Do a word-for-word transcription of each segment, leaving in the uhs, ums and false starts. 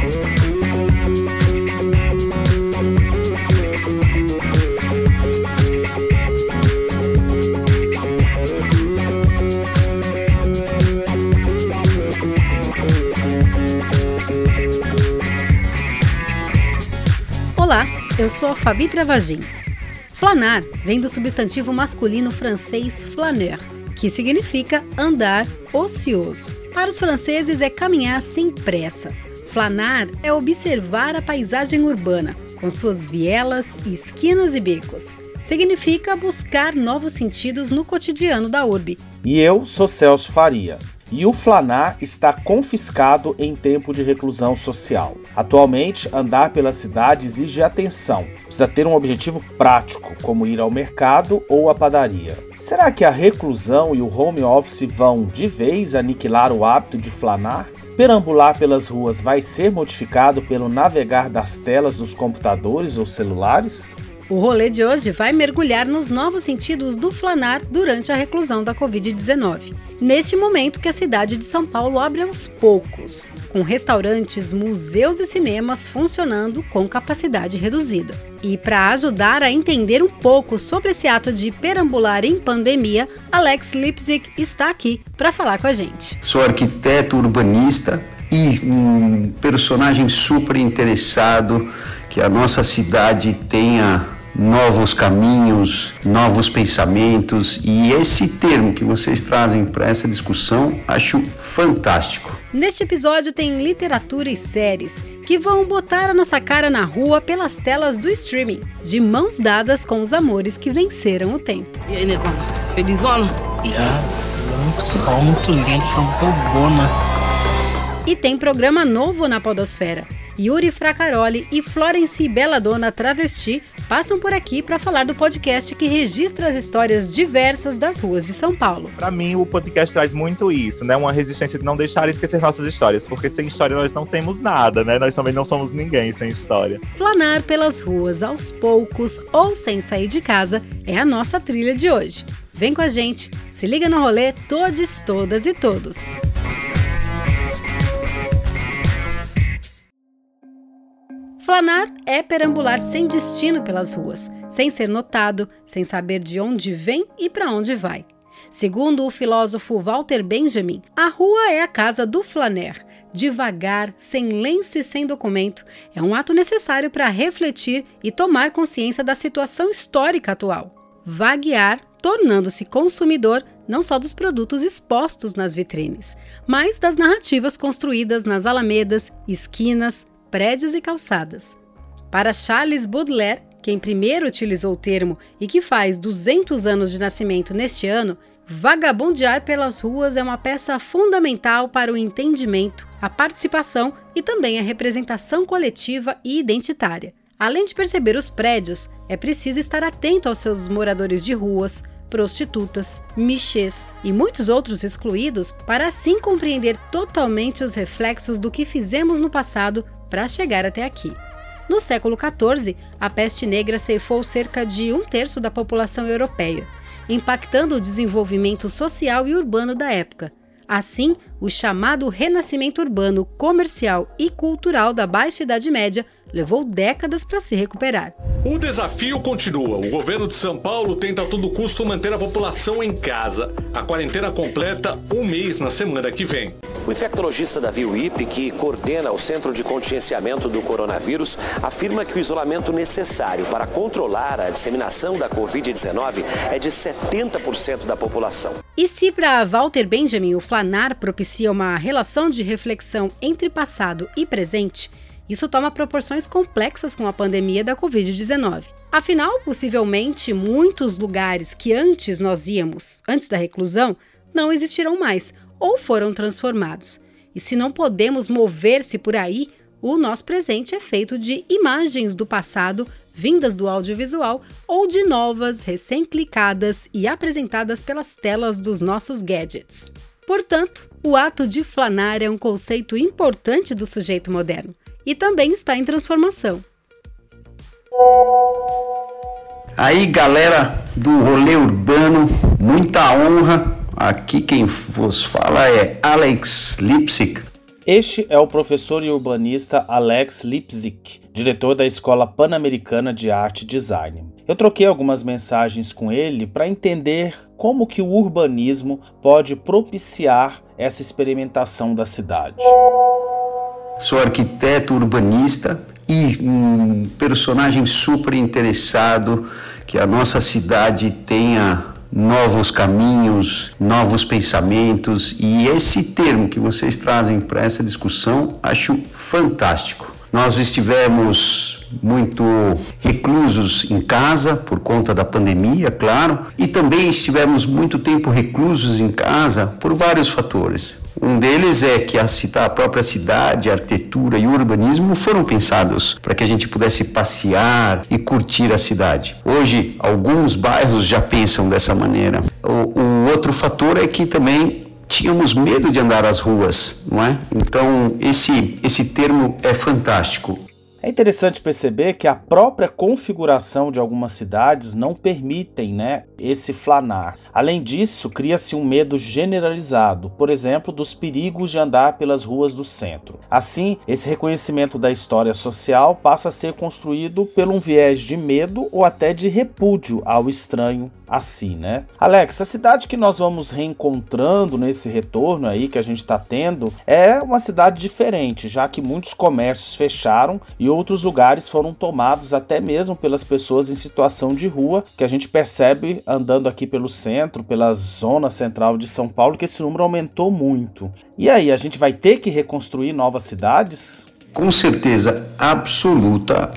Olá, eu sou a Fabi Travagin. Flanar vem do substantivo masculino francês flâneur, que significa andar ocioso. Para os franceses é caminhar sem pressa. Flanar é observar a paisagem urbana, com suas vielas, esquinas e becos. Significa buscar novos sentidos no cotidiano da urbe. E eu sou Celso Faria. E o flanar está confiscado em tempo de reclusão social. Atualmente, andar pela cidade exige atenção. Precisa ter um objetivo prático, como ir ao mercado ou à padaria. Será que a reclusão e o home office vão de vez aniquilar o hábito de flanar? Perambular pelas ruas vai ser modificado pelo navegar das telas dos computadores ou celulares? O rolê de hoje vai mergulhar nos novos sentidos do flanar durante a reclusão da covid dezenove. Neste momento que a cidade de São Paulo abre aos poucos, com restaurantes, museus e cinemas funcionando com capacidade reduzida. E para ajudar a entender um pouco sobre esse ato de perambular em pandemia, Alex Lipzig está aqui para falar com a gente. Sou arquiteto urbanista e um personagem super interessado que a nossa cidade tenha novos caminhos, novos pensamentos, e esse termo que vocês trazem para essa discussão, acho fantástico. Neste episódio tem literatura e séries que vão botar a nossa cara na rua pelas telas do streaming, de mãos dadas com os amores que venceram o tempo. E aí, Negona? Felizona? Yeah, muito bom, muito lindo, bobona. E tem programa novo na podosfera. Yuri Fracaroli e Florence Belladonna Travesti passam por aqui para falar do podcast que registra as histórias diversas das ruas de São Paulo. Para mim, o podcast traz muito isso, né? Uma resistência de não deixar esquecer nossas histórias, porque sem história nós não temos nada, né? Nós também não somos ninguém sem história. Flanar pelas ruas aos poucos ou sem sair de casa é a nossa trilha de hoje. Vem com a gente, se liga no rolê, todes, todas e todos. Flanar é perambular sem destino pelas ruas, sem ser notado, sem saber de onde vem e para onde vai. Segundo o filósofo Walter Benjamin, a rua é a casa do flaner. Devagar, sem lenço e sem documento, é um ato necessário para refletir e tomar consciência da situação histórica atual. Vaguear, tornando-se consumidor não só dos produtos expostos nas vitrines, mas das narrativas construídas nas alamedas, esquinas, prédios e calçadas. Para Charles Baudelaire, quem primeiro utilizou o termo e que faz duzentos anos de nascimento neste ano, vagabundear pelas ruas é uma peça fundamental para o entendimento, a participação e também a representação coletiva e identitária. Além de perceber os prédios, é preciso estar atento aos seus moradores de ruas, prostitutas, michês e muitos outros excluídos para assim compreender totalmente os reflexos do que fizemos no passado para chegar até aqui. No século quatorze, a peste negra ceifou cerca de um terço da população europeia, impactando o desenvolvimento social e urbano da época. Assim, o chamado renascimento urbano, comercial e cultural da Baixa Idade Média levou décadas para se recuperar. O desafio continua. O governo de São Paulo tenta a todo custo manter a população em casa. A quarentena completa um mês na semana que vem. O infectologista Davi Wippe, que coordena o Centro de Contingenciamento do Coronavírus, afirma que o isolamento necessário para controlar a disseminação da covid dezenove é de setenta por cento da população. E se para Walter Benjamin o flanar propicia uma relação de reflexão entre passado e presente, isso toma proporções complexas com a pandemia da covid dezenove. Afinal, possivelmente, muitos lugares que antes nós íamos, antes da reclusão, não existirão mais ou foram transformados. E se não podemos mover-se por aí, o nosso presente é feito de imagens do passado vindas do audiovisual ou de novas, recém-clicadas e apresentadas pelas telas dos nossos gadgets. Portanto, o ato de flanar é um conceito importante do sujeito moderno e também está em transformação. Aí, galera do rolê urbano, muita honra. Aqui quem vos fala é Alex Lipzig. Este é o professor e urbanista Alex Lipzik, diretor da Escola Pan-Americana de Arte e Design. Eu troquei algumas mensagens com ele para entender como que o urbanismo pode propiciar essa experimentação da cidade. Sou arquiteto urbanista e um personagem super interessado que a nossa cidade tenha novos caminhos, novos pensamentos, e esse termo que vocês trazem para essa discussão acho fantástico. Nós estivemos muito reclusos em casa por conta da pandemia, claro, e também estivemos muito tempo reclusos em casa por vários fatores. Um deles é que a, cidade, a própria cidade, a arquitetura e o urbanismo foram pensados para que a gente pudesse passear e curtir a cidade. Hoje, alguns bairros já pensam dessa maneira. O, o outro fator é que também tínhamos medo de andar às ruas, não é? Então, esse, esse termo é fantástico. É interessante perceber que a própria configuração de algumas cidades não permitem, né, esse flanar. Além disso, cria-se um medo generalizado, por exemplo, dos perigos de andar pelas ruas do centro. Assim, esse reconhecimento da história social passa a ser construído por um viés de medo ou até de repúdio ao estranho assim, né? Alex, a cidade que nós vamos reencontrando nesse retorno aí que a gente está tendo é uma cidade diferente, já que muitos comércios fecharam e outros lugares foram tomados até mesmo pelas pessoas em situação de rua, que a gente percebe andando aqui pelo centro, pela zona central de São Paulo, que esse número aumentou muito. E aí, a gente vai ter que reconstruir novas cidades? Com certeza absoluta,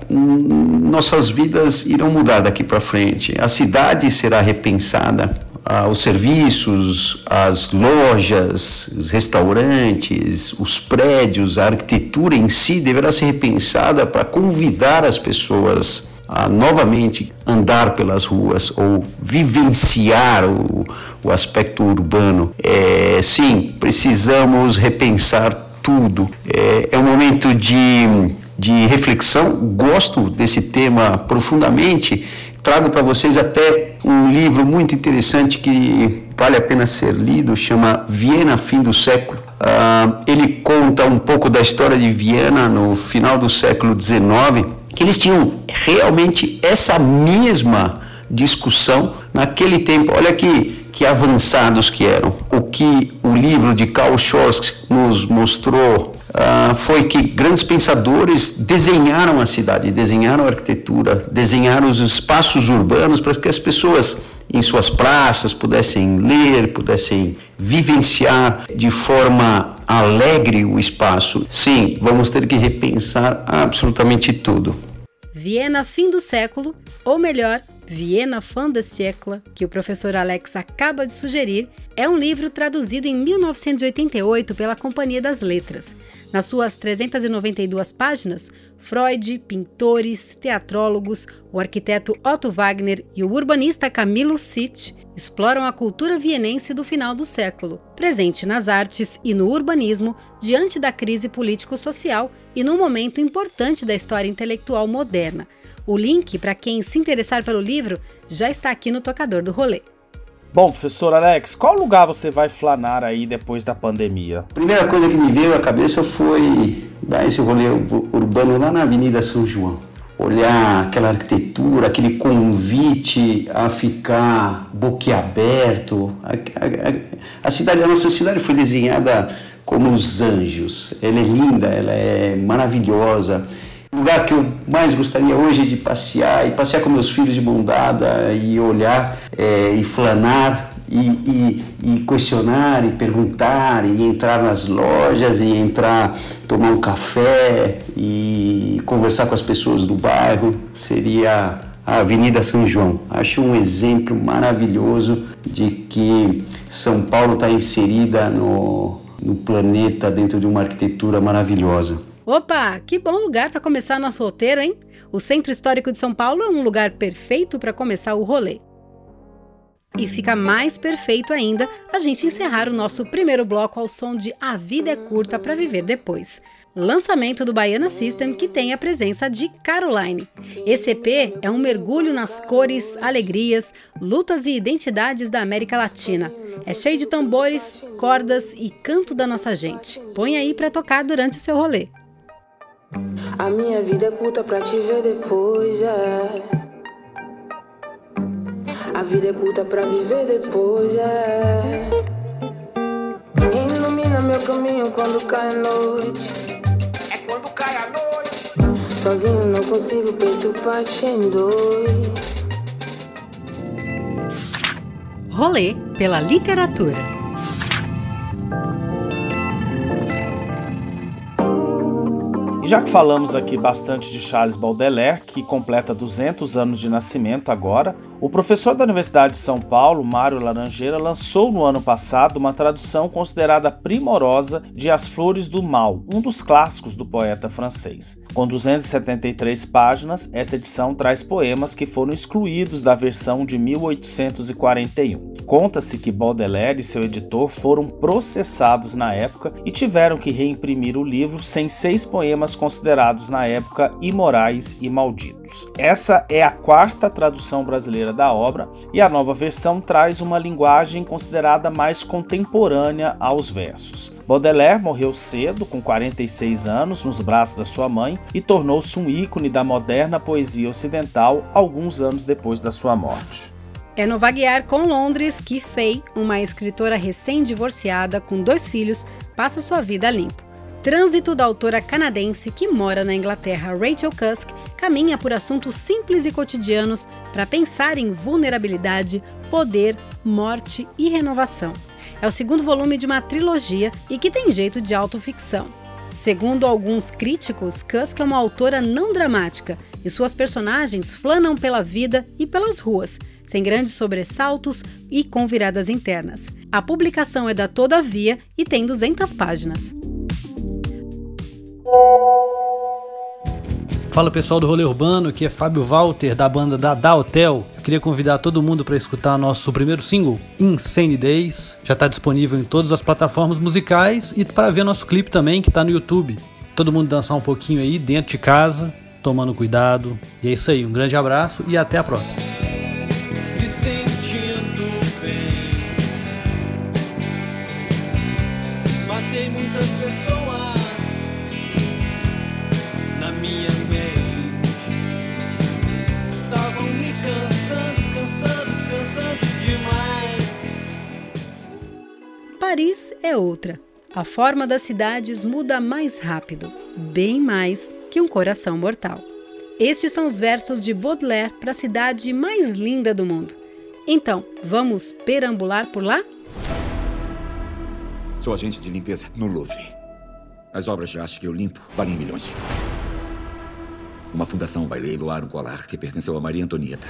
nossas vidas irão mudar daqui para frente. A cidade será repensada, os serviços, as lojas, os restaurantes, os prédios, a arquitetura em si deverá ser repensada para convidar as pessoas a novamente andar pelas ruas ou vivenciar o, o aspecto urbano. É, sim, precisamos repensar tudo. É, é um momento de, de reflexão. Gosto desse tema profundamente. Trago para vocês até um livro muito interessante que vale a pena ser lido, chama Viena, Fim do Século. Uh, ele conta um pouco da história de Viena no final do século dezenove, que eles tinham realmente essa mesma discussão naquele tempo. Olha que que avançados que eram. O que o livro de Karl Schorz nos mostrou uh, foi que grandes pensadores desenharam a cidade, desenharam a arquitetura, desenharam os espaços urbanos para que as pessoas em suas praças pudessem ler, pudessem vivenciar de forma alegre o espaço. Sim, vamos ter que repensar absolutamente tudo. Viena, Fim do Século, ou melhor, Viena, Fin des Siècle, que o professor Alex acaba de sugerir, é um livro traduzido em mil novecentos e oitenta e oito pela Companhia das Letras. Nas suas trezentas e noventa e duas páginas, Freud, pintores, teatrólogos, o arquiteto Otto Wagner e o urbanista Camilo Sitt exploram a cultura vienense do final do século, presente nas artes e no urbanismo diante da crise político-social e num momento importante da história intelectual moderna. O link para quem se interessar pelo livro já está aqui no tocador do rolê. Bom, professor Alex, qual lugar você vai flanar aí depois da pandemia? A primeira coisa que me veio à cabeça foi dar esse rolê urbano lá na Avenida São João. Olhar aquela arquitetura, aquele convite a ficar boquiaberto. A, a, a, cidade, a nossa cidade foi desenhada como os anjos. Ela é linda, ela é maravilhosa. O lugar que eu mais gostaria hoje de passear, e passear com meus filhos de mão dada, e olhar, é, e flanar, e, e, e questionar, e perguntar, e entrar nas lojas, e entrar, tomar um café, e conversar com as pessoas do bairro, seria a Avenida São João. Acho um exemplo maravilhoso de que São Paulo está inserida no, no planeta dentro de uma arquitetura maravilhosa. Opa, que bom lugar para começar nosso roteiro, hein? O Centro Histórico de São Paulo é um lugar perfeito para começar o rolê. E fica mais perfeito ainda a gente encerrar o nosso primeiro bloco ao som de A Vida é Curta para Viver Depois. lançamento do Baiana System, que tem a presença de Caroline. Esse E P é um mergulho nas cores, alegrias, lutas e identidades da América Latina. É cheio de tambores, cordas e canto da nossa gente. Põe aí pra tocar durante o seu rolê. A minha vida é curta pra te ver depois, é. A vida é curta pra viver depois, é. Ilumina meu caminho quando cai a noite. É quando cai a noite. Sozinho não consigo, peito parte em dois. Rolê pela literatura. Já que falamos aqui bastante de Charles Baudelaire, que completa duzentos anos de nascimento agora, o professor da Universidade de São Paulo, Mário Laranjeira, lançou no ano passado uma tradução considerada primorosa de As Flores do Mal, um dos clássicos do poeta francês. Com duzentas e setenta e três páginas, essa edição traz poemas que foram excluídos da versão de mil oitocentos e quarenta e um. Conta-se que Baudelaire e seu editor foram processados na época e tiveram que reimprimir o livro sem seis poemas considerados na época imorais e malditos. Essa é a quarta tradução brasileira da obra e a nova versão traz uma linguagem considerada mais contemporânea aos versos. Baudelaire morreu cedo, com quarenta e seis anos, nos braços da sua mãe e tornou-se um ícone da moderna poesia ocidental alguns anos depois da sua morte. É no vaguear com Londres que Faye, uma escritora recém-divorciada com dois filhos, passa sua vida limpo. Trânsito da autora canadense que mora na Inglaterra, Rachel Cusk, caminha por assuntos simples e cotidianos para pensar em vulnerabilidade, poder, morte e renovação. É o segundo volume de uma trilogia e que tem jeito de autoficção. Segundo alguns críticos, Cusk é uma autora não dramática e suas personagens flanam pela vida e pelas ruas, sem grandes sobressaltos e com viradas internas. A publicação é da Todavia e tem duzentas páginas. Fala pessoal do Rolê Urbano, aqui é Fábio Walter da banda Dada Hotel. Eu queria convidar todo mundo para escutar nosso primeiro single, Insane Days. Já está disponível em todas as plataformas musicais e para ver nosso clipe também, que está no YouTube. Todo mundo dançar um pouquinho aí dentro de casa, tomando cuidado. E é isso aí, um grande abraço e até a próxima. Me sentindo bem. Matei muitas pessoas na minha mente. Estavam me cansando, cansando, cansando demais. Paris é outra. A forma das cidades muda mais rápido, bem mais que um coração mortal. Estes são os versos de Baudelaire para a cidade mais linda do mundo. Então, vamos perambular por lá? Sou agente de limpeza no Louvre. As obras de arte que eu limpo valem milhões. Uma fundação vai leiloar um colar que pertenceu a Maria Antonieta.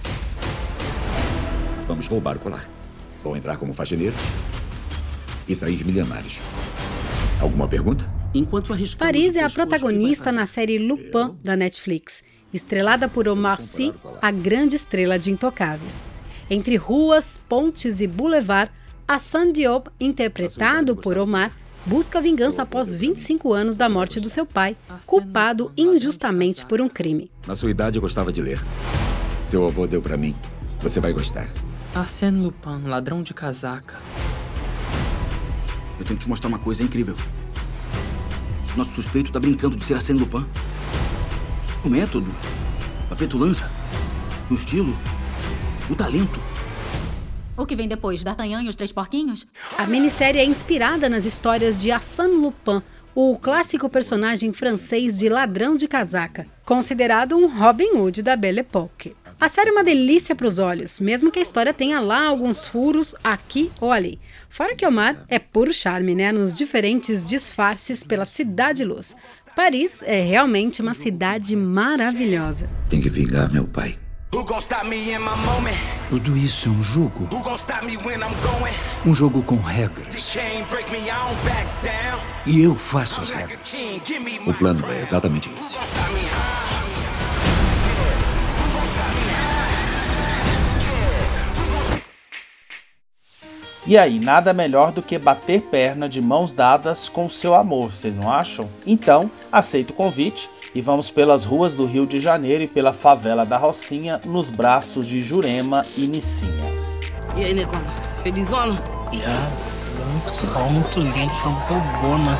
Vamos roubar o colar. Vou entrar como faxineiro e sair milionários. Alguma pergunta? Enquanto Paris é a protagonista na série Lupin da Netflix, estrelada por Omar Sy, a grande estrela de Intocáveis. Entre ruas, pontes e boulevard, Hassan Diop, interpretado por Omar, busca vingança após vinte e cinco anos da morte do seu pai, culpado injustamente por um crime. Na sua idade eu gostava de ler. Seu avô deu pra mim. Você vai gostar. Arsène Lupin, ladrão de casaca. Eu tenho que te mostrar uma coisa incrível. Nosso suspeito tá brincando de ser Arsène Lupin. O método, a petulância, o estilo, o talento. O que vem depois, D'Artagnan e os Três Porquinhos? A minissérie é inspirada nas histórias de Arsène Lupin, o clássico personagem francês de ladrão de casaca, considerado um Robin Hood da Belle Époque. A série é uma delícia para os olhos, mesmo que a história tenha lá alguns furos aqui ou ali. Fora que Omar é puro charme, né, nos diferentes disfarces pela Cidade Luz. Paris é realmente uma cidade maravilhosa. Tem que vingar meu pai. Tudo isso é um jogo. Um jogo com regras. E eu faço as regras. O plano é exatamente esse. E aí, nada melhor do que bater perna de mãos dadas com o seu amor, vocês não acham? Então, aceita o convite e vamos pelas ruas do Rio de Janeiro e pela favela da Rocinha nos braços de Jurema e Nissinha. E aí, Necona? Felizona? Já, muito bom, muito lindo, muito bom,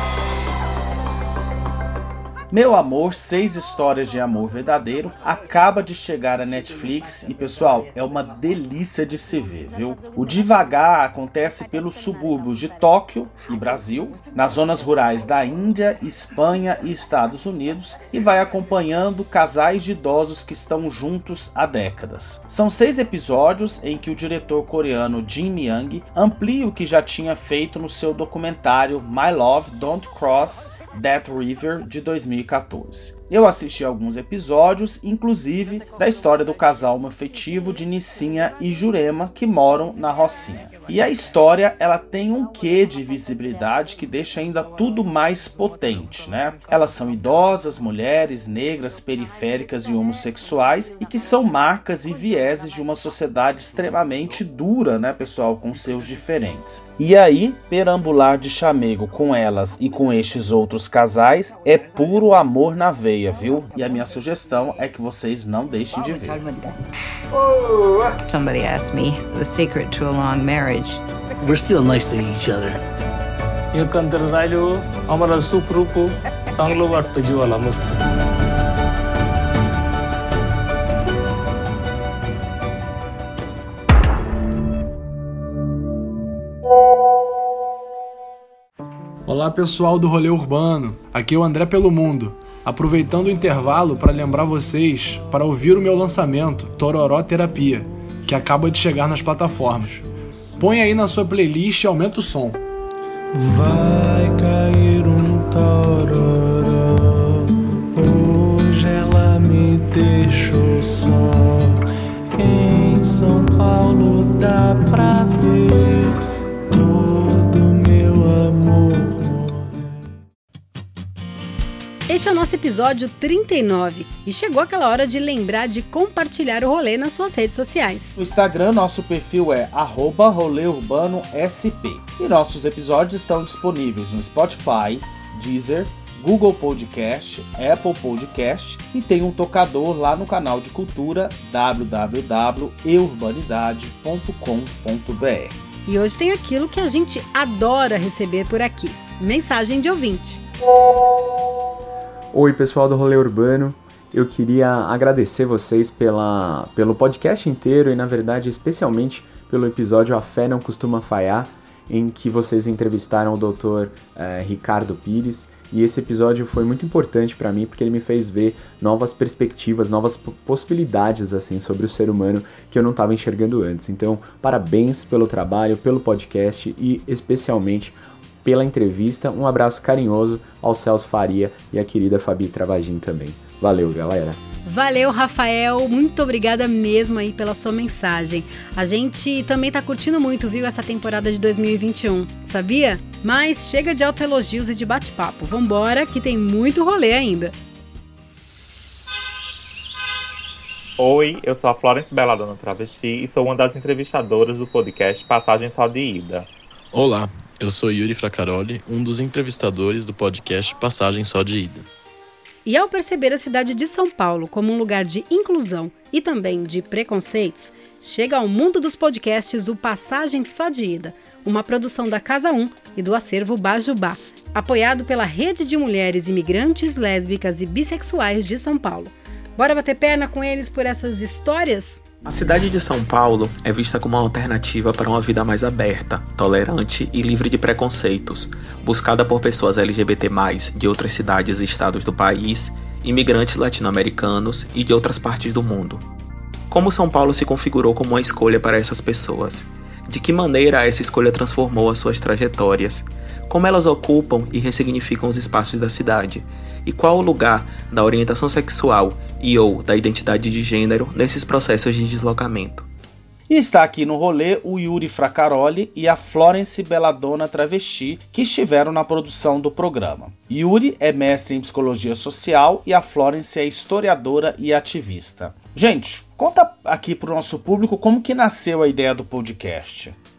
Meu Amor, Seis Histórias de Amor Verdadeiro acaba de chegar à Netflix e, pessoal, é uma delícia de se ver, viu? O devagar acontece pelos subúrbios de Tóquio e Brasil, nas zonas rurais da Índia, Espanha e Estados Unidos e vai acompanhando casais de idosos que estão juntos há décadas. São seis episódios em que o diretor coreano Jin Myung amplia o que já tinha feito no seu documentário My Love, Don't Cross That River, de dois mil e quatorze. Eu assisti alguns episódios, inclusive da história do casal homoafetivo de Nissinha e Jurema, que moram na Rocinha. E a história, ela tem um quê de visibilidade que deixa ainda tudo mais potente, né? Elas são idosas, mulheres, negras, periféricas e homossexuais, e que são marcas e vieses de uma sociedade extremamente dura, né, pessoal, com seus diferentes. E aí, perambular de chamego com elas e com estes outros casais é puro amor na veia, viu? E a minha sugestão é que vocês não deixem de ver. Somebody asked me the secret to a long marriage. We're still nice to each other. एकंदर राहिलो आम्हाला सुख रूप चांगलं वाटतं जीवाला मस्त. Olá pessoal do Rolê Urbano, aqui é o André Pelo Mundo, aproveitando o intervalo para lembrar vocês para ouvir o meu lançamento Tororó Terapia, que acaba de chegar nas plataformas. Põe aí na sua playlist e aumenta o som. Vai cair um tororó, hoje ela me deixou só. Em São Paulo dá pra ver todo meu amor. Este é o nosso episódio trinta e nove e chegou aquela hora de lembrar de compartilhar o rolê nas suas redes sociais. No Instagram, nosso perfil é arroba rolêurbanosp e nossos episódios estão disponíveis no Spotify, Deezer, Google Podcast, Apple Podcast e tem um tocador lá no canal de cultura w w w ponto e urbanidade ponto com ponto b r. E hoje tem aquilo que a gente adora receber por aqui, mensagem de ouvinte. Oi pessoal do Rolê Urbano, eu queria agradecer vocês pela, pelo podcast inteiro e na verdade especialmente pelo episódio A Fé Não Costuma Falhar, em que vocês entrevistaram o doutor eh, Ricardo Pires, e esse episódio foi muito importante para mim porque ele me fez ver novas perspectivas, novas possibilidades assim sobre o ser humano que eu não estava enxergando antes. Então, parabéns pelo trabalho, pelo podcast e especialmente pela entrevista. Um abraço carinhoso ao Celso Faria e à querida Fabi Travagin também. Valeu, galera! Valeu, Rafael, muito obrigada mesmo aí pela sua mensagem. A gente também tá curtindo muito, viu, essa temporada de dois mil e vinte e um, sabia? Mas chega de autoelogios e de bate-papo, vambora que tem muito rolê ainda. Oi, eu sou a Florence Belladonna Travesti e sou uma das entrevistadoras do podcast Passagem Só de Ida. Olá, eu sou Yuri Fracaroli, um dos entrevistadores do podcast Passagem Só de Ida. E ao perceber a cidade de São Paulo como um lugar de inclusão e também de preconceitos, chega ao mundo dos podcasts o Passagem Só de Ida, uma produção da Casa um e do acervo Bajubá, apoiado pela Rede de Mulheres Imigrantes, Lésbicas e Bissexuais de São Paulo. Bora bater perna com eles por essas histórias? A cidade de São Paulo é vista como uma alternativa para uma vida mais aberta, tolerante e livre de preconceitos, buscada por pessoas L G B T mais, de outras cidades e estados do país, imigrantes latino-americanos e de outras partes do mundo. Como São Paulo se configurou como uma escolha para essas pessoas? De que maneira essa escolha transformou as suas trajetórias? Como elas ocupam e ressignificam os espaços da cidade? E qual o lugar da orientação sexual e ou da identidade de gênero nesses processos de deslocamento? E está aqui no rolê o Yuri Fracaroli e a Florence Belladonna Travesti, que estiveram na produção do programa. Yuri é mestre em psicologia social e a Florence é historiadora e ativista. Gente, conta aqui pro nosso público como que nasceu a ideia do podcast.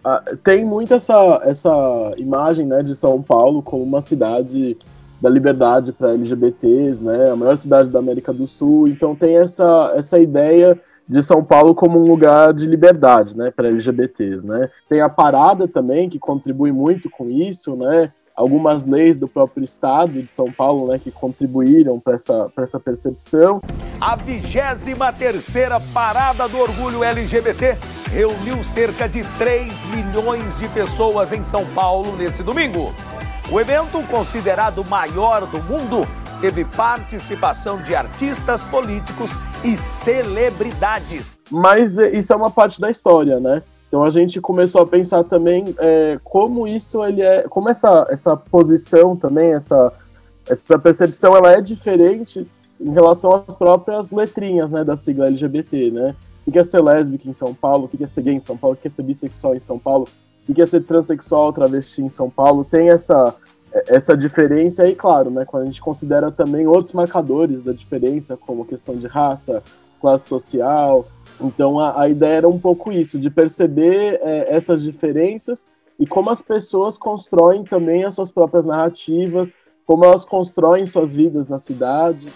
tem muito essa, essa imagem, né, de São Paulo como uma cidade da liberdade para L G B Ts, né, a maior cidade da América do Sul, então tem essa, essa ideia de São Paulo como um lugar de liberdade, né, para L G B Ts, né. Tem a parada também, que contribui muito com isso, né, algumas leis do próprio estado de São Paulo, né, que contribuíram para essa, para essa percepção. A vigésima terceira Parada do Orgulho L G B T reuniu cerca de três milhões de pessoas em São Paulo nesse domingo. O evento, considerado o maior do mundo, teve participação de artistas, políticos e celebridades. Mas isso é uma parte da história, né? Então a gente começou a pensar também é, como isso ele é, como essa, essa posição também, essa, essa percepção, ela é diferente em relação às próprias letrinhas, né, da sigla L G B T, né? O que é ser lésbica em São Paulo, o que é ser gay em São Paulo, o que é ser bissexual em São Paulo, o que é ser transexual, travesti em São Paulo, tem essa, essa diferença aí, claro, né, quando a gente considera também outros marcadores da diferença, como a questão de raça, classe social. Então a, a ideia era um pouco isso, de perceber é, essas diferenças e como as pessoas constroem também as suas próprias narrativas, como elas constroem suas vidas na cidade.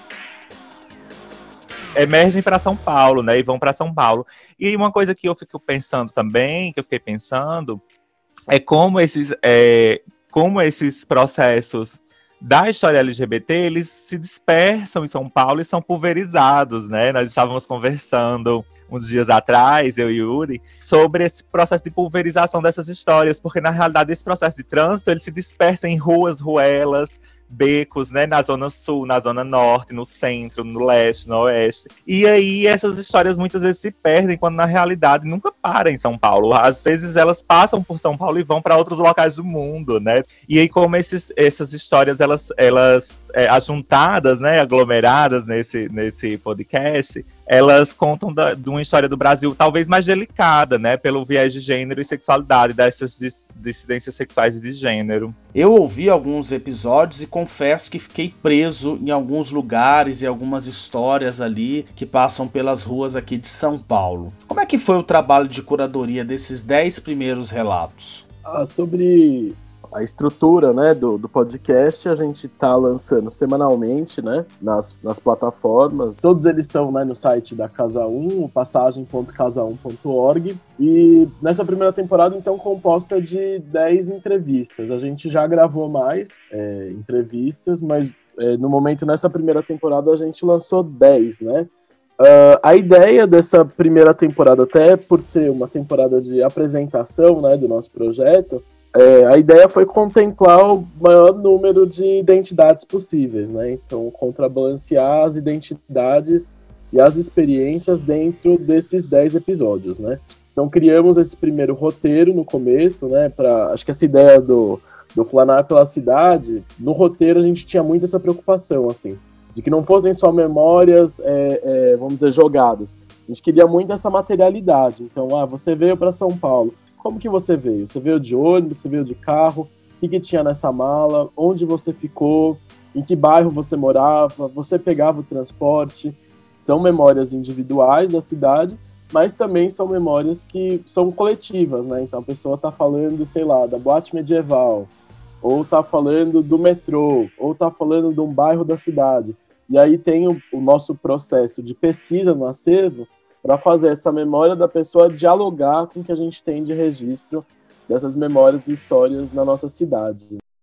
Emergem para São Paulo, né, e vão para São Paulo. E uma coisa que eu fico pensando também, que eu fiquei pensando, é como esses, é, como esses processos da história L G B T, eles se dispersam em São Paulo e são pulverizados, né? Nós estávamos conversando uns dias atrás, eu e Yuri, sobre esse processo de pulverização dessas histórias, porque na realidade esse processo de trânsito, ele se dispersa em ruas, ruelas, becos, né, na zona sul, na zona norte, no centro, no leste, no oeste. E aí essas histórias muitas vezes se perdem, quando na realidade nunca param em São Paulo. Às vezes elas passam por São Paulo e vão para outros locais do mundo, né? E aí como esses, essas histórias, elas, elas é, ajuntadas, né, aglomeradas nesse, nesse podcast, elas contam da, de uma história do Brasil talvez mais delicada, né, pelo viés de gênero e sexualidade dessas dis, dissidências sexuais e de gênero. Eu ouvi alguns episódios e confesso que fiquei preso em alguns lugares e algumas histórias ali que passam pelas ruas aqui de São Paulo. Como é que foi o trabalho de curadoria desses dez primeiros relatos? Ah, sobre a estrutura, né, do, do podcast, a gente está lançando semanalmente, né, nas, nas plataformas. Todos eles estão, né, no site da Casa um, passagem ponto casa um ponto org. E nessa primeira temporada, então, composta de dez entrevistas. A gente já gravou mais é, entrevistas, mas é, no momento, nessa primeira temporada, a gente lançou dez, né? Uh, a ideia dessa primeira temporada, até por ser uma temporada de apresentação, né, do nosso projeto, É, a ideia foi contemplar o maior número de identidades possíveis, né? Então, contrabalancear as identidades e as experiências dentro desses dez episódios, né? Então, criamos esse primeiro roteiro no começo, né? Pra, acho que essa ideia do, do Flanar pela cidade, no roteiro a gente tinha muito essa preocupação, assim, de que não fossem só memórias, é, é, vamos dizer, jogadas. A gente queria muito essa materialidade. Então, ah, você veio para São Paulo. Como que você veio? Você veio de ônibus, você veio de carro? O que, que tinha nessa mala? Onde você ficou? Em que bairro você morava? Você pegava o transporte? São memórias individuais da cidade, mas também são memórias que são coletivas, né? Então a pessoa está falando, sei lá, da boate medieval, ou está falando do metrô, ou está falando de um bairro da cidade. E aí tem o, o nosso processo de pesquisa no acervo, para fazer essa memória da pessoa dialogar com o que a gente tem de registro dessas memórias e histórias na nossa cidade.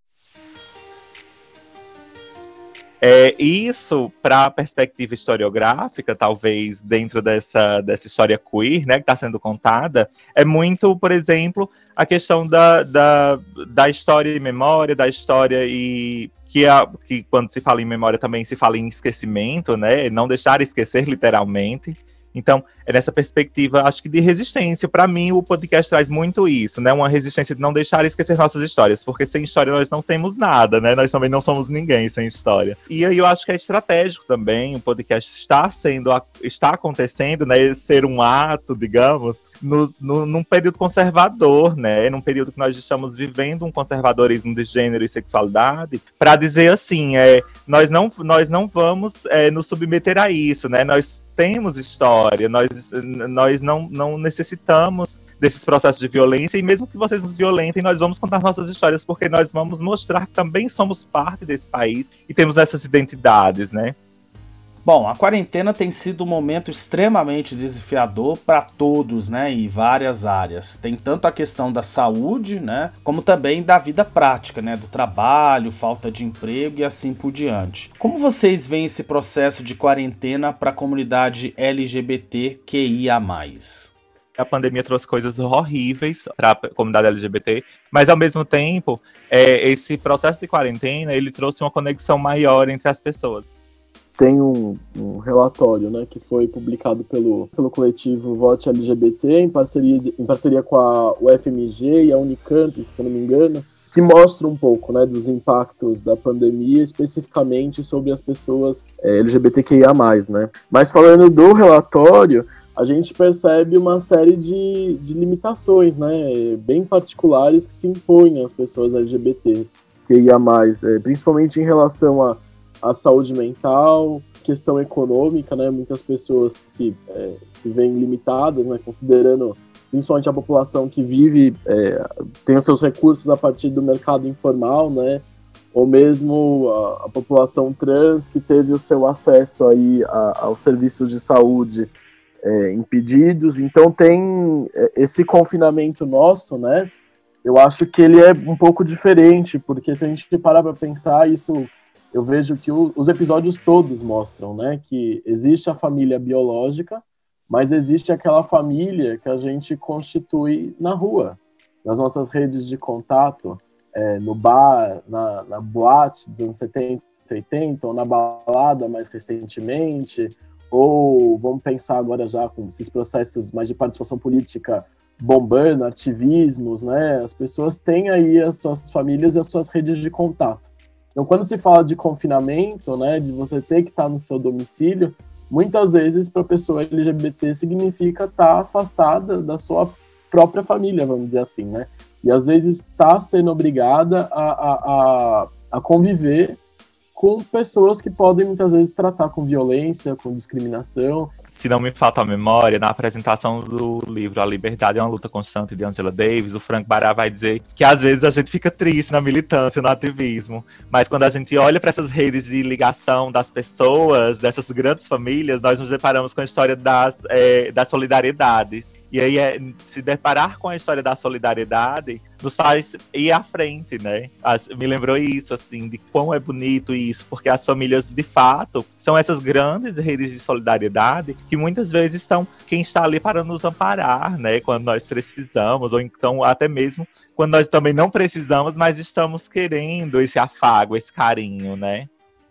É, isso, para a perspectiva historiográfica, talvez dentro dessa, dessa história queer, né, que está sendo contada, é muito, por exemplo, a questão da, da, da história e memória, da história e que, a, que quando se fala em memória também se fala em esquecimento, né, não deixar esquecer literalmente. Então, é nessa perspectiva, acho que de resistência. Para mim, o podcast traz muito isso, né? Uma resistência de não deixar esquecer nossas histórias, porque sem história nós não temos nada, né? Nós também não somos ninguém sem história. E aí eu acho que é estratégico também, o podcast está sendo, está acontecendo, né? Ser um ato, digamos, no, no, num período conservador, né? Num período que nós estamos vivendo um conservadorismo de gênero e sexualidade, para dizer assim, é, nós, não, nós não vamos é, nos submeter a isso, né? Nós temos história, nós, nós não, não necessitamos desses processos de violência, e mesmo que vocês nos violentem, nós vamos contar nossas histórias, porque nós vamos mostrar que também somos parte desse país e temos essas identidades, né? Bom, a quarentena tem sido um momento extremamente desafiador para todos, né, em várias áreas. Tem tanto a questão da saúde, né, como também da vida prática, né, do trabalho, falta de emprego e assim por diante. Como vocês veem esse processo de quarentena para a comunidade L G B T Q I A mais? A pandemia trouxe coisas horríveis para a comunidade L G B T, mas ao mesmo tempo, é, esse processo de quarentena, ele trouxe uma conexão maior entre as pessoas. Tem um, um relatório, né, que foi publicado pelo, pelo coletivo Vote L G B T, em parceria, em parceria com a U F M G e a Unicamp, se eu não me engano, que mostra um pouco, né, dos impactos da pandemia, especificamente sobre as pessoas é, L G B T Q I A mais, né. Mas falando do relatório, a gente percebe uma série de, de limitações, né, bem particulares que se impõem às pessoas L G B T Q I A mais, é, principalmente em relação a a saúde mental, questão econômica, né? Muitas pessoas que é, se veem limitadas, né? Considerando principalmente a população que vive, é, tem os seus recursos a partir do mercado informal, né? Ou mesmo a, a população trans que teve o seu acesso aí a, aos serviços de saúde é, impedidos. Então tem esse confinamento nosso, né? Eu acho que ele é um pouco diferente, porque se a gente parar para pensar isso, eu vejo que o, os episódios todos mostram, né, que existe a família biológica, mas existe aquela família que a gente constitui na rua, nas nossas redes de contato, é, no bar, na, na boate dos anos setenta, oitenta, ou na balada mais recentemente, ou vamos pensar agora já com esses processos mais de participação política bombando, ativismos, né, as pessoas têm aí as suas famílias e as suas redes de contato. Então, quando se fala de confinamento, né, de você ter que estar no seu domicílio, muitas vezes para a pessoa L G B T significa estar afastada da sua própria família, vamos dizer assim, né? E às vezes está sendo obrigada a, a, a, a conviver com pessoas que podem muitas vezes tratar com violência, com discriminação. Se não me falta a memória, na apresentação do livro A Liberdade é uma Luta Constante, de Angela Davis, o Frank Bará vai dizer que às vezes a gente fica triste na militância, no ativismo, mas quando a gente olha para essas redes de ligação das pessoas, dessas grandes famílias, nós nos deparamos com a história das, é, das solidariedades. E aí, é, se deparar com a história da solidariedade nos faz ir à frente, né? Me lembrou isso, assim, de quão é bonito isso, porque as famílias, de fato, são essas grandes redes de solidariedade que muitas vezes são quem está ali para nos amparar, né? Quando nós precisamos, ou então até mesmo quando nós também não precisamos, mas estamos querendo esse afago, esse carinho, né?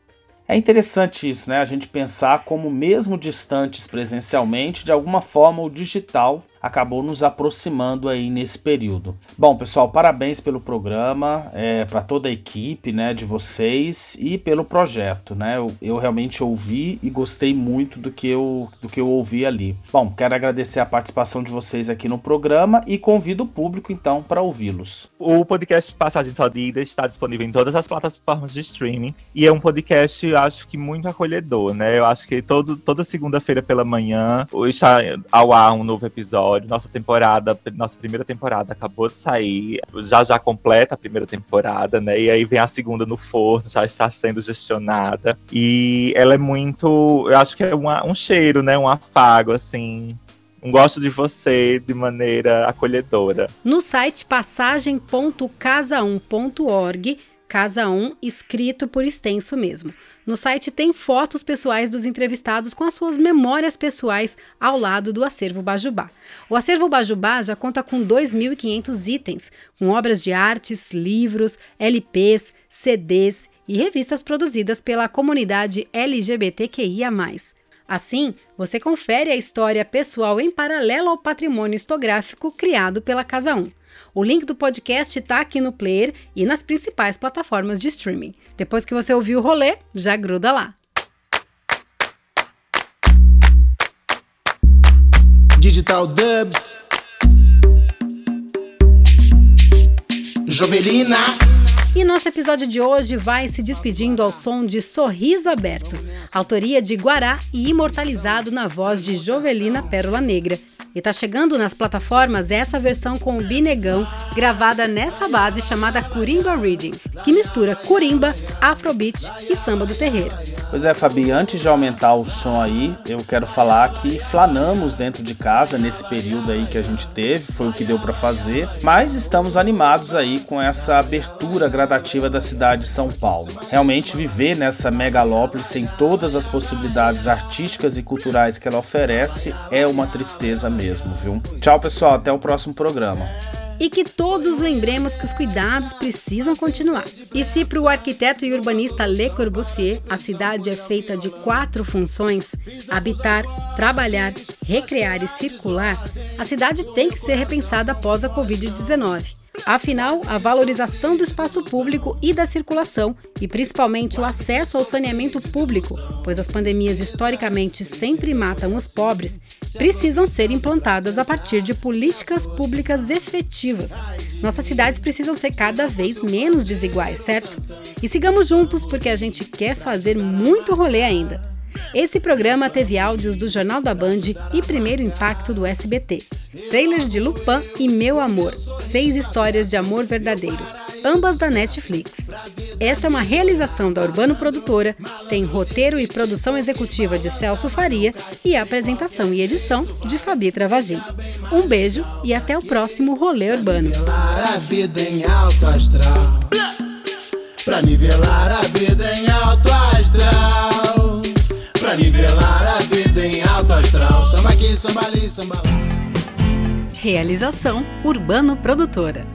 É interessante isso, né? A gente pensar como mesmo distantes presencialmente, de alguma forma o digital acabou nos aproximando aí nesse período. Bom, pessoal, parabéns pelo programa, é, para toda a equipe, né, de vocês e pelo projeto, né? Eu, eu realmente ouvi e gostei muito do que, eu, do que eu ouvi ali. Bom, quero agradecer a participação de vocês aqui no programa e convido o público, então, para ouvi-los. O podcast Passagem Só de Ida está disponível em todas as plataformas de streaming e é um podcast, eu acho que muito acolhedor, né? Eu acho que todo, toda segunda-feira pela manhã está ao ar um novo episódio. Nossa temporada, nossa primeira temporada acabou de sair, já já completa a primeira temporada, né? E aí vem a segunda no forno, já está sendo gestionada. E ela é muito, eu acho que é uma, um cheiro, né? Um afago, assim. Um gosto de você de maneira acolhedora. No site passagem ponto casa um ponto org, Casa um escrito por extenso mesmo. No site tem fotos pessoais dos entrevistados com as suas memórias pessoais ao lado do Acervo Bajubá. O Acervo Bajubá já conta com dois mil e quinhentos itens, com obras de artes, livros, L Ps, C Ds e revistas produzidas pela comunidade L G B T Q I A mais. Assim, você confere a história pessoal em paralelo ao patrimônio histográfico criado pela Casa um. O link do podcast está aqui no player e nas principais plataformas de streaming. Depois que você ouvir o rolê, já gruda lá. Digital Dubs Jovelina E nosso episódio de hoje vai se despedindo ao som de Sorriso Aberto, autoria de Guará e imortalizado na voz de Jovelina Pérola Negra. E tá chegando nas plataformas essa versão com o Binegão, gravada nessa base chamada Curimba Reading, que mistura curimba, afrobeat e samba do terreiro. Pois é, Fabi, antes de aumentar o som aí, eu quero falar que flanamos dentro de casa nesse período aí que a gente teve, foi o que deu para fazer, mas estamos animados aí com essa abertura gradativa da cidade de São Paulo. Realmente viver nessa megalópole sem todas as possibilidades artísticas e culturais que ela oferece é uma tristeza mesmo. Mesmo, viu? Tchau, pessoal, até o próximo programa. E que todos lembremos que os cuidados precisam continuar. E se para o arquiteto e urbanista Le Corbusier a cidade é feita de quatro funções, habitar, trabalhar, recrear e circular, a cidade tem que ser repensada após a covid dezenove. Afinal, a valorização do espaço público e da circulação, e principalmente o acesso ao saneamento público, pois as pandemias historicamente sempre matam os pobres, precisam ser implantadas a partir de políticas públicas efetivas. Nossas cidades precisam ser cada vez menos desiguais, certo? E sigamos juntos porque a gente quer fazer muito rolê ainda. Esse programa teve áudios do Jornal da Band e Primeiro Impacto do S B T, trailers de Lupin e Meu Amor, seis histórias de amor verdadeiro, ambas da Netflix. Esta é uma realização da Urbano Produtora, tem roteiro e produção executiva de Celso Faria e apresentação e edição de Fabi Travagin. Um beijo e até o próximo Rolê Urbano. A vida em alto astral, pra nivelar a vida em alto astral. Pra nivelar a vida em alto astral. Samba aqui, samba ali, samba lá. Realização Urbano Produtora.